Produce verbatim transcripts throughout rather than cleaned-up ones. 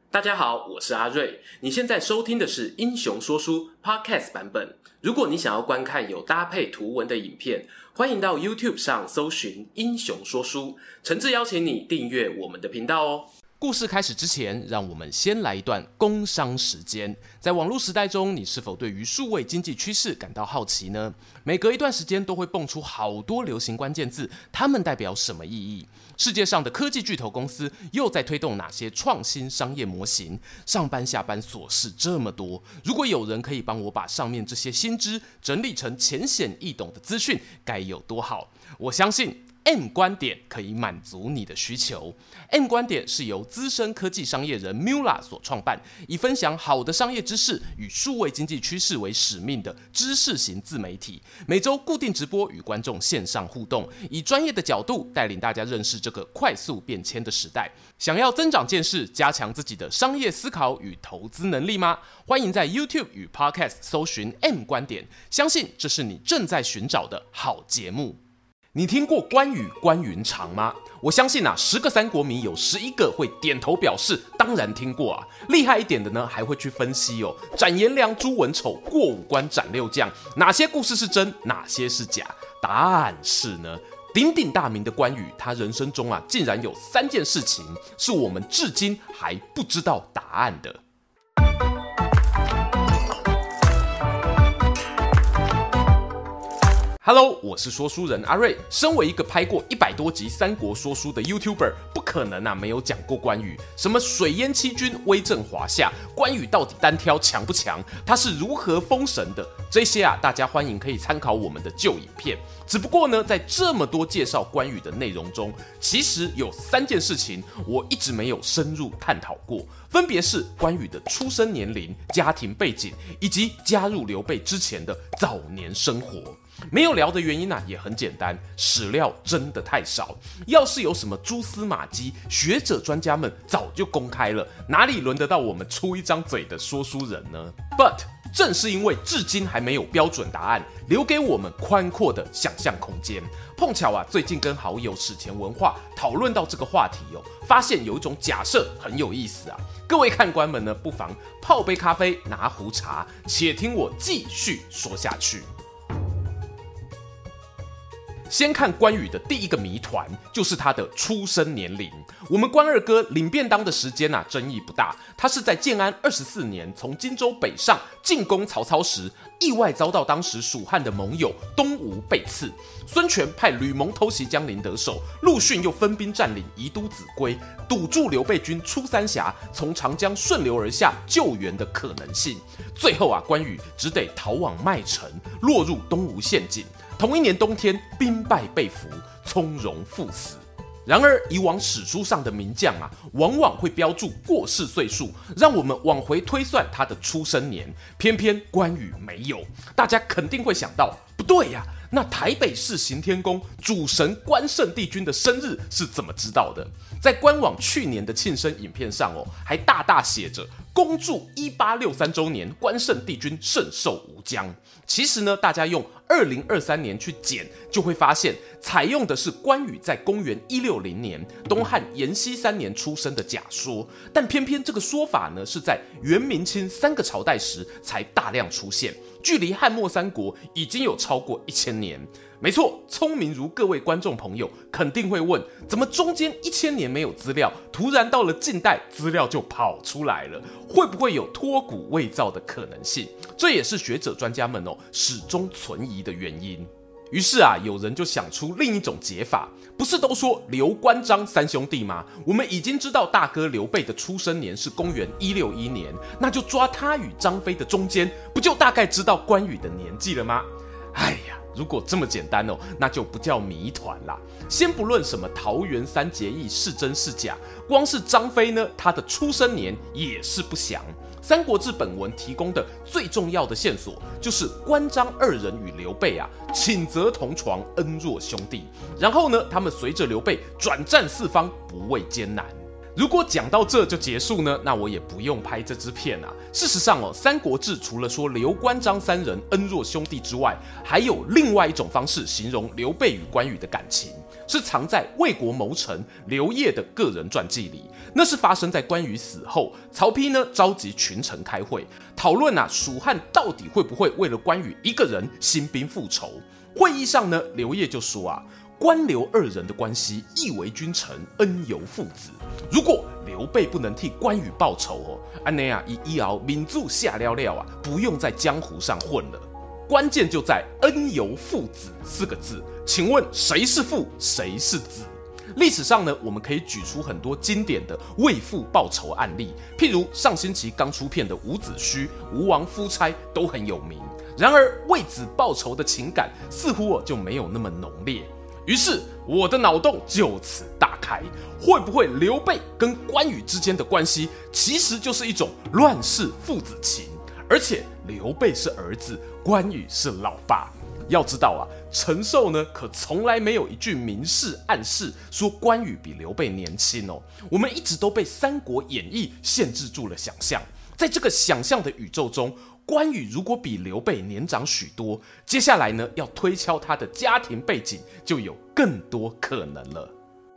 大家好，我是阿瑞。你现在收听的是英雄说书 Podcast 版本。如果你想要观看有搭配图文的影片，欢迎到 YouTube 上搜寻英雄说书，诚挚邀请你订阅我们的频道哦。 故事开始之前，让我们先来一段工商时间。在网络时代中，你是否对于数位经济趋势感到好奇呢？每隔一段时间都会蹦出好多流行关键字，它们代表什么意义？世界上的科技巨头公司又在推动哪些创新商业模型？上班下班琐事这么多，如果有人可以帮我把上面这些新知整理成浅显易懂的资讯，该有多好？我相信M 观点可以满足你的需求。M 观点是由资深科技商业人 Mula 所创办，以分享好的商业知识与数位经济趋势为使命的知识型自媒体。每周固定直播与观众线上互动，以专业的角度带领大家认识这个快速变迁的时代。想要增长见识，加强自己的商业思考与投资能力吗？欢迎在 YouTube 与 Podcast 搜寻 M 观点，相信这是你正在寻找的好节目。你听过关羽关云长吗？我相信啊，十个三国迷有十一个会点头表示当然听过啊。厉害一点的呢，还会去分析哦，斩颜良、诛文丑、过五关斩六将，哪些故事是真，哪些是假？答案是呢，鼎鼎大名的关羽，他人生中啊，竟然有三件事情是我们至今还不知道答案的。Hello， 我是说书人阿瑞。身为一个拍过一百多集三国说书的 YouTuber， 不可能啊没有讲过关羽。什么水淹七军，威震华夏，关羽到底单挑强不强？他是如何封神的？这些啊，大家欢迎可以参考我们的旧影片。只不过呢，在这么多介绍关羽的内容中，其实有三件事情我一直没有深入探讨过，分别是关羽的出生年龄、家庭背景，以及加入刘备之前的早年生活。没有聊的原因啊，也很简单，史料真的太少。要是有什么蛛丝马迹，学者专家们早就公开了，哪里轮得到我们出一张嘴的说书人呢 ？But 正是因为至今还没有标准答案，留给我们宽阔的想象空间。碰巧啊，最近跟好友史前文化讨论到这个话题哦，发现有一种假设很有意思啊。各位看官们呢，不妨泡杯咖啡，拿壶茶，且听我继续说下去。先看关羽的第一个谜团，就是他的出生年龄。我们关二哥领便当的时间啊，争议不大。他是在建安二十四年从荆州北上进攻曹操时，意外遭到当时蜀汉的盟友东吴被刺。孙权派吕蒙偷袭江陵得手，陆逊又分兵占领宜都秭归，堵住刘备军出三峡，从长江顺流而下救援的可能性。最后啊，关羽只得逃往麦城，落入东吴陷阱。同一年冬天，兵败被俘，从容赴死。然而，以往史书上的名将啊，往往会标注过世岁数，让我们往回推算他的出生年。偏偏关羽没有，大家肯定会想到，不对呀、啊，那台北市行天宫主神关圣帝君的生日是怎么知道的？在官网去年的庆生影片上哦，还大大写着“恭祝一八六三周年，关圣帝君圣寿无疆”。其实呢，大家用二零二三年去减，就会发现采用的是关羽在公元一六零年东汉延熙三年出生的假说，但偏偏这个说法呢，是在元明清三个朝代时才大量出现，距离汉末三国已经有超过一千年。没错，聪明如各位观众朋友肯定会问，怎么中间一千年没有资料，突然到了近代资料就跑出来了？会不会有脱骨伪造的可能性？这也是学者专家们哦始终存疑的原因。于是啊，有人就想出另一种解法，不是都说刘关张三兄弟吗？我们已经知道大哥刘备的出生年是公元一六一年，那就抓他与张飞的中间，不就大概知道关羽的年纪了吗？哎呀，如果这么简单哦，那就不叫谜团啦。先不论什么桃园三结义是真是假，光是张飞呢，他的出生年也是不详。三国志本文提供的最重要的线索，就是关张二人与刘备啊，寝则同床，恩若兄弟。然后呢，他们随着刘备转战四方，不畏艰难。如果讲到这就结束呢，那我也不用拍这支片啊。事实上哦，《三国志》除了说刘关张三人恩若兄弟之外，还有另外一种方式形容刘备与关羽的感情。 是藏在《为国谋臣》刘烨的个人传记里。那是发生在关羽死后，曹丕呢召集群臣开会，讨论啊蜀汉到底会不会为了关羽一个人兴兵复仇。会议上呢，刘烨就说啊，关刘二人的关系义为君臣，恩犹父子。如果刘备不能替关羽报仇哦，安内啊以一熬民族下了了啊，不用在江湖上混了。关键就在恩犹父子四个字，请问谁是父，谁是子？历史上呢，我们可以举出很多经典的为父报仇案例，譬如上星期刚出片的伍子胥、吴王夫差都很有名。然而为子报仇的情感似乎就没有那么浓烈。于是我的脑洞就此大开，会不会刘备跟关羽之间的关系其实就是一种乱世父子情？而且刘备是儿子，关羽是老爸。要知道啊，陈寿呢可从来没有一句明示暗示说关羽比刘备年轻哦。我们一直都被《三国演义》限制住了想象，在这个想象的宇宙中，关羽如果比刘备年长许多，接下来呢要推敲他的家庭背景就有更多可能了。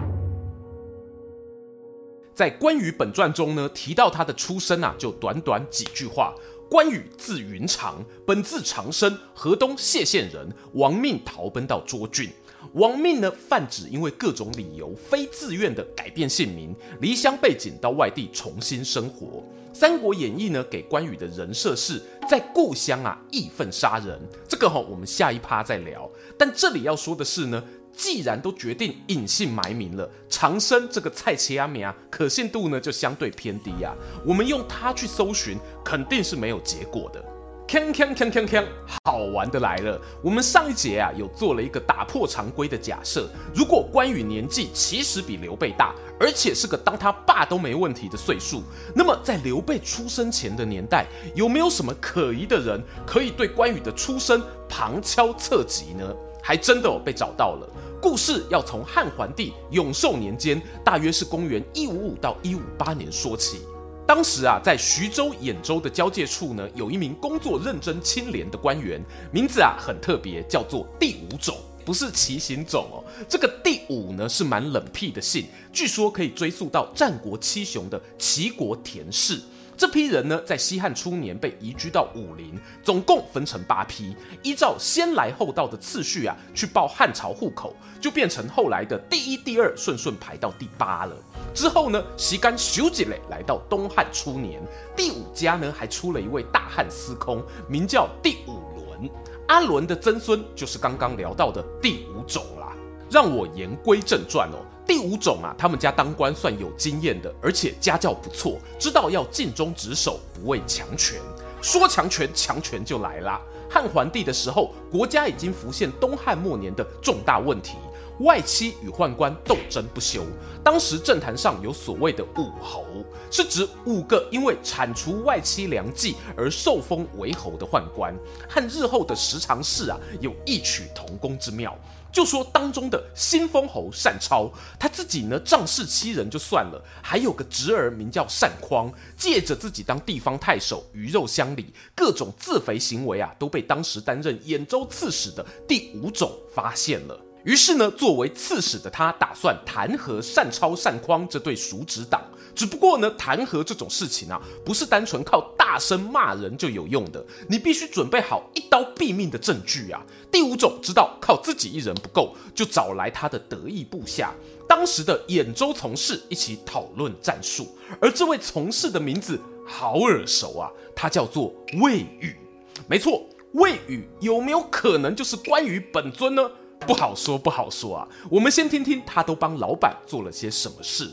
在关羽本传中呢，提到他的出身啊，就短短几句话。关羽字云长，本字长生，河东谢县人，亡命逃奔到涿郡。亡命呢，泛指因为各种理由非自愿的改变姓名，离乡背井到外地重新生活。《三国演义》呢，给关羽的人设是在故乡啊义愤杀人，这个哈、哦、我们下一趴再聊。但这里要说的是呢，既然都决定隐姓埋名了，长生这个菜切阿米啊，可信度呢就相对偏低啊。我们用它去搜寻，肯定是没有结果的。锵锵锵锵锵，好玩的来了！我们上一节啊有做了一个打破常规的假设，如果关羽年纪其实比刘备大，而且是个当他爸都没问题的岁数，那么在刘备出生前的年代，有没有什么可疑的人可以对关羽的出生旁敲侧击呢？还真的、哦、被找到了。故事要从汉桓帝永寿年间，大约是公元一五五到一五八年说起。当时啊，在徐州、兖州的交界处呢，有一名工作认真清廉的官员，名字啊很特别，叫做第五种，不是骑行种哦。这个第五呢是蛮冷僻的姓，据说可以追溯到战国七雄的齐国田氏。这批人呢，在西汉初年被移居到武陵，总共分成八批，依照先来后到的次序啊，去报汉朝户口，就变成后来的第一、第二，顺顺排到第八了。之后呢，时间修几累，来到东汉初年，第五家呢还出了一位大汉司空，名叫第五伦。阿伦的曾孙就是刚刚聊到的第五种啦。让我言归正传哦。第五种啊，他们家当官算有经验的，而且家教不错，知道要尽忠职守，不畏强权。说强权，强权就来啦。汉桓帝的时候，国家已经浮现东汉末年的重大问题，外戚与宦官斗争不休。当时政坛上有所谓的五侯，是指五个因为铲除外戚良计而受封为侯的宦官，和日后的十常侍啊有异曲同工之妙。就说当中的新封侯单超，他自己呢仗势欺人就算了，还有个侄儿名叫单匡，借着自己当地方太守，鱼肉乡里，各种自肥行为啊，都被当时担任兖州刺史的第五种发现了。于是呢，作为刺史的他打算弹劾单超、单匡这对叔侄党。只不过呢，弹劾这种事情啊，不是单纯靠大声骂人就有用的，你必须准备好一刀毙命的证据啊。第五种知道靠自己一人不够，就找来他的得意部下，当时的兖州从事一起讨论战术。而这位从事的名字好耳熟啊，他叫做魏宇。没错，魏宇有没有可能就是关羽本尊呢？不好说，不好说啊。我们先听听他都帮老板做了些什么事。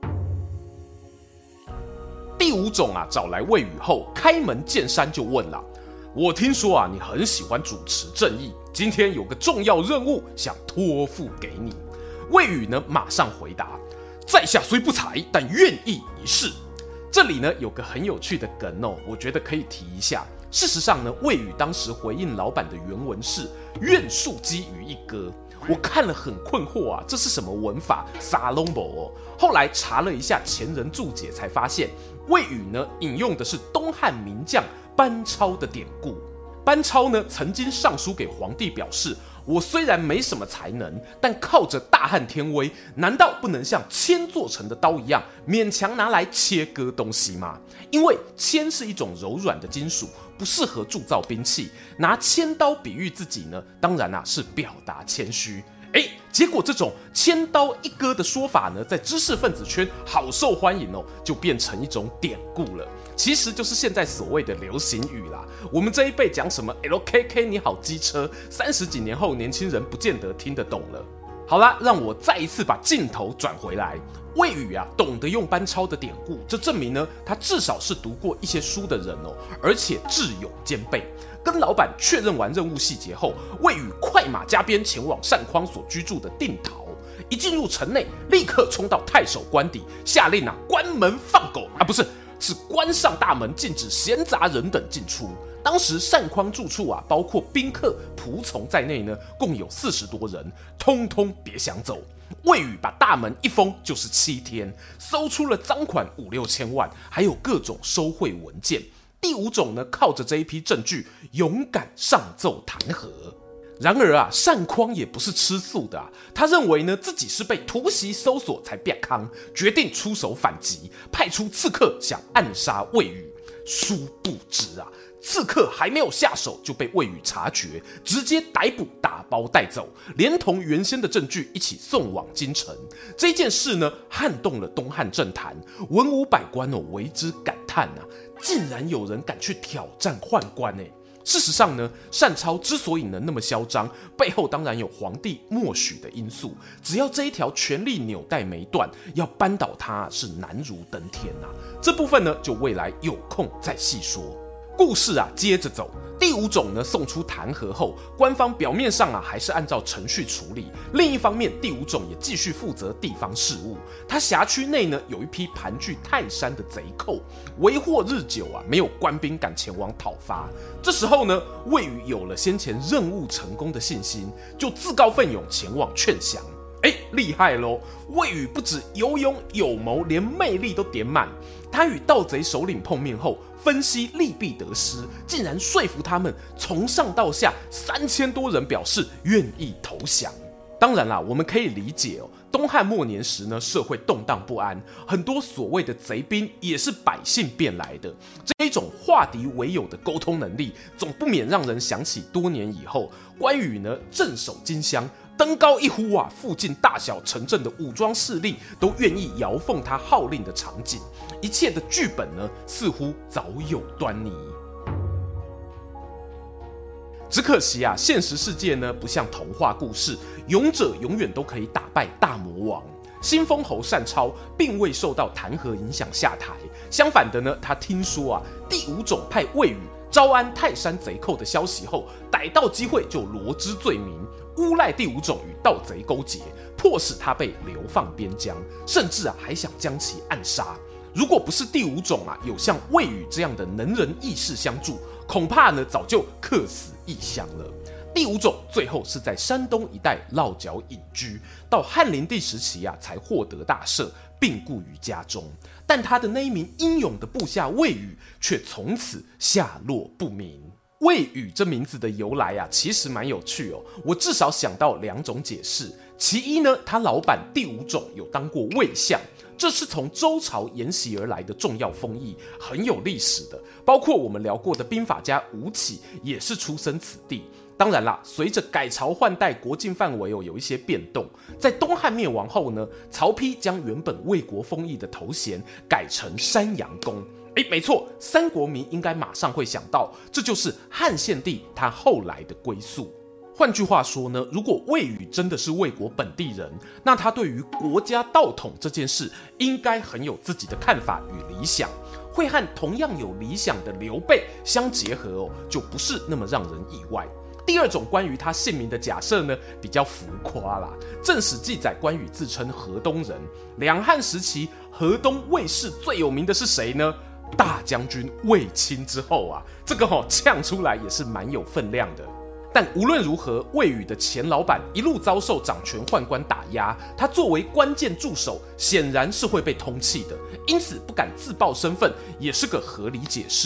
第五种啊，找来魏宇后，开门见山就问了：我听说啊，你很喜欢主持正义，今天有个重要任务想托付给你。魏宇呢，马上回答：在下虽不才，但愿意一试。这里呢有个很有趣的梗哦，我觉得可以提一下。事实上呢，魏宇当时回应老板的原文是“愿树基于一歌”。我看了很困惑啊，这是什么文法？撒龙博哦。后来查了一下前人注解，才发现魏宇呢引用的是东汉名将班超的典故。班超呢曾经上书给皇帝，表示我虽然没什么才能，但靠着大汉天威，难道不能像铅做成的刀一样，勉强拿来切割东西吗？因为铅是一种柔软的金属，不适合铸造兵器。拿铅刀比喻自己呢，当然啊是表达谦虚。哎，结果这种千刀一割的说法呢，在知识分子圈好受欢迎哦，就变成一种典故了。其实就是现在所谓的流行语啦。我们这一辈讲什么 L K K 你好机车，三十几年后年轻人不见得听得懂了。好啦，让我再一次把镜头转回来。魏宇啊，懂得用班超的典故，这证明呢，他至少是读过一些书的人哦，而且智勇兼备。跟老板确认完任务细节后，魏宇快马加鞭前往单匡所居住的定陶。一进入城内，立刻冲到太守官邸，下令啊关门放狗啊，不是，是关上大门，禁止闲杂人等进出。当时单匡住处啊，包括宾客、仆从在内呢，共有四十多人，通通别想走。魏宇把大门一封就是七天，搜出了赃款五六千万，还有各种收贿文件。第五种呢，靠着这一批证据，勇敢上奏弹劾。然而啊，单匡也不是吃素的啊，他认为呢自己是被突袭搜索才变康，决定出手反击，派出刺客想暗杀魏宇。殊不知啊，刺客还没有下手就被魏宇察觉，直接逮捕打包带走，连同原先的证据一起送往京城。这件事呢，撼动了东汉政坛，文武百官哦为之感叹啊，竟然有人敢去挑战宦官哎。事实上呢，单超之所以能那么嚣张，背后当然有皇帝默许的因素。只要这一条权力纽带没断，要扳倒他是难如登天啊。这部分呢，就未来有空再细说。故事啊，接着走。第五种呢，送出弹劾后，官方表面上啊还是按照程序处理。另一方面，第五种也继续负责地方事务。他辖区内呢有一批盘踞泰山的贼寇，为祸日久啊，没有官兵敢前往讨伐。这时候呢，魏宇有了先前任务成功的信心，就自告奋勇前往劝降。哎，厉害咯！魏宇不止有勇有谋，连魅力都点满。他与盗贼首领碰面后，分析利弊得失，竟然说服他们从上到下三千多人表示愿意投降。当然啦，我们可以理解哦，东汉末年时呢，社会动荡不安，很多所谓的贼兵也是百姓变来的。这一种化敌为友的沟通能力，总不免让人想起多年以后，关羽呢镇守荆襄，登高一呼啊，附近大小城镇的武装势力都愿意摇奉他号令的场景。一切的剧本呢，似乎早有端倪。只可惜啊，现实世界呢不像童话故事，勇者永远都可以打败大魔王。新封侯单超并未受到弹劾影响下台，相反的呢，他听说啊，第五种派魏宇招安泰山贼寇的消息后，逮到机会就罗织罪名，诬赖第五种与盗贼勾结，迫使他被流放边疆，甚至啊还想将其暗杀。如果不是第五种啊有像魏宇这样的能人义士相助，恐怕呢早就客死异乡了。第五种最后是在山东一带落脚隐居，到汉灵帝时期啊才获得大赦，病故于家中。但他的那一名英勇的部下魏宇却从此下落不明。魏宇这名字的由来啊，其实蛮有趣哦。我至少想到两种解释。其一呢，他老板第五种有当过魏相，这是从周朝沿袭而来的重要封邑，很有历史的。包括我们聊过的兵法家吴起也是出身此地。当然啦，随着改朝换代，国境范围哦有一些变动。在东汉灭亡后呢，曹丕将原本魏国封邑的头衔改成山阳公。诶，没错，三国迷应该马上会想到，这就是汉献帝他后来的归宿。换句话说呢，如果魏宇真的是魏国本地人，那他对于国家道统这件事应该很有自己的看法与理想，会和同样有理想的刘备相结合哦，就不是那么让人意外。第二种关于他姓名的假设呢，比较浮夸啦。正史记载关羽自称河东人，两汉时期河东魏氏最有名的是谁呢？大将军卫青之后啊，这个哦呛出来也是蛮有分量的。但无论如何，魏宇的前老板一路遭受掌权宦官打压，他作为关键助手，显然是会被通缉的，因此不敢自曝身份，也是个合理解释。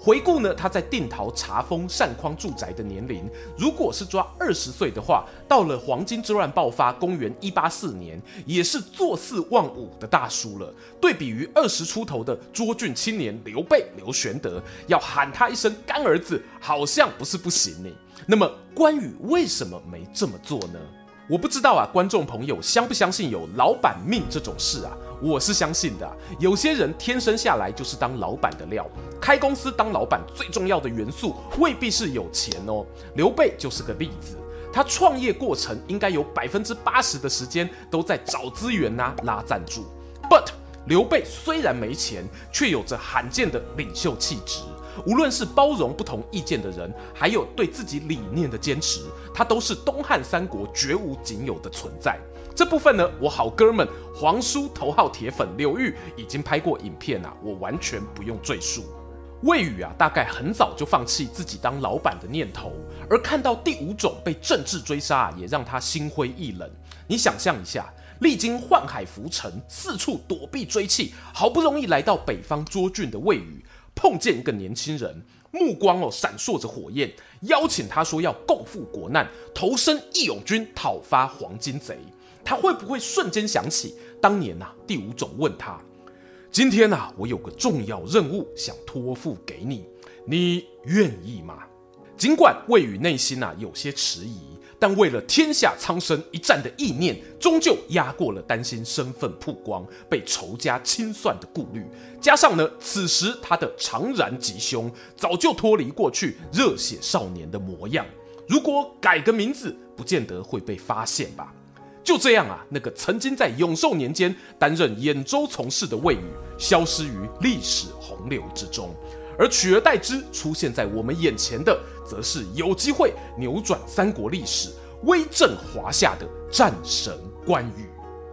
回顾呢，他在定陶查封善匡住宅的年龄，如果是抓二十岁的话，到了黄巾之乱爆发，公元一八四年，也是坐四望五的大叔了。对比于二十出头的涿郡青年刘备刘玄德，要喊他一声干儿子，好像不是不行呢。那么关羽为什么没这么做呢？我不知道啊，观众朋友相不相信有老板命这种事啊？我是相信的啊。有些人天生下来就是当老板的料，开公司当老板最重要的元素未必是有钱哦。刘备就是个例子，他创业过程应该有百分之八十的时间都在找资源啊、拉赞助。But 刘备虽然没钱，却有着罕见的领袖气质。无论是包容不同意见的人，还有对自己理念的坚持，他都是东汉三国绝无仅有的存在。这部分呢，我好哥们皇叔头号铁粉刘裕已经拍过影片啊，我完全不用赘述。魏宇啊，大概很早就放弃自己当老板的念头，而看到第五种被政治追杀啊，也让他心灰意冷。你想象一下，历经宦海浮沉，四处躲避追弃，好不容易来到北方涿郡的魏宇，碰见一个年轻人，目光哦闪烁着火焰，邀请他说要共赴国难，投身义勇军，讨伐黄巾贼。他会不会瞬间想起当年啊，第五种问他：今天啊，我有个重要任务想托付给你，你愿意吗？尽管魏宇内心啊有些迟疑，但为了天下苍生一战的意念，终究压过了担心身份曝光、被仇家清算的顾虑。加上呢，此时他的长髯吉凶早就脱离过去热血少年的模样，如果改个名字，不见得会被发现吧。就这样啊，那个曾经在永寿年间担任兖州从事的魏宇，消失于历史洪流之中，而取而代之出现在我们眼前的，则是有机会扭转三国历史、威震华夏的战神关羽。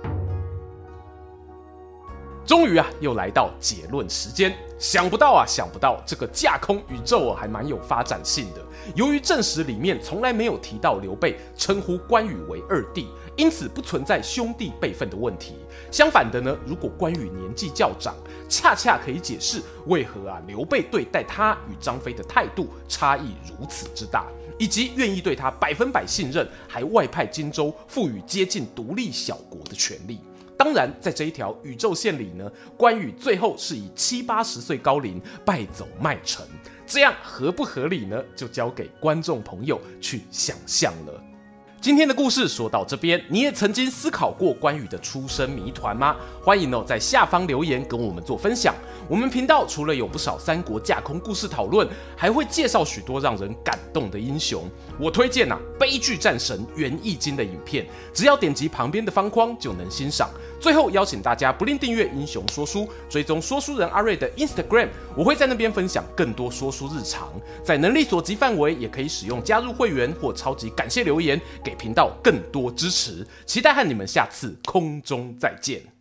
终于啊，又来到结论时间。想不到啊，想不到这个架空宇宙啊，还蛮有发展性的。由于正史里面从来没有提到刘备称呼关羽为二弟，因此不存在兄弟辈分的问题。相反的呢，如果关羽年纪较长，恰恰可以解释为何啊刘备对待他与张飞的态度差异如此之大，以及愿意对他百分百信任，还外派荆州，赋予接近独立小国的权利。当然，在这一条宇宙线里呢，关羽最后是以七八十岁高龄败走麦城，这样合不合理呢？就交给观众朋友去想象了。今天的故事说到这边，你也曾经思考过关羽的出生谜团吗？欢迎哦，在下方留言跟我们做分享。我们频道除了有不少三国架空故事讨论，还会介绍许多让人感动的英雄。我推荐啊，悲剧战神袁义经的影片，只要点击旁边的方框就能欣赏。最后邀请大家不吝订阅英雄说书，追踪说书人阿瑞的 Instagram， 我会在那边分享更多说书日常。在能力所及范围，也可以使用加入会员或超级感谢留言，给频道更多支持。期待和你们下次空中再见。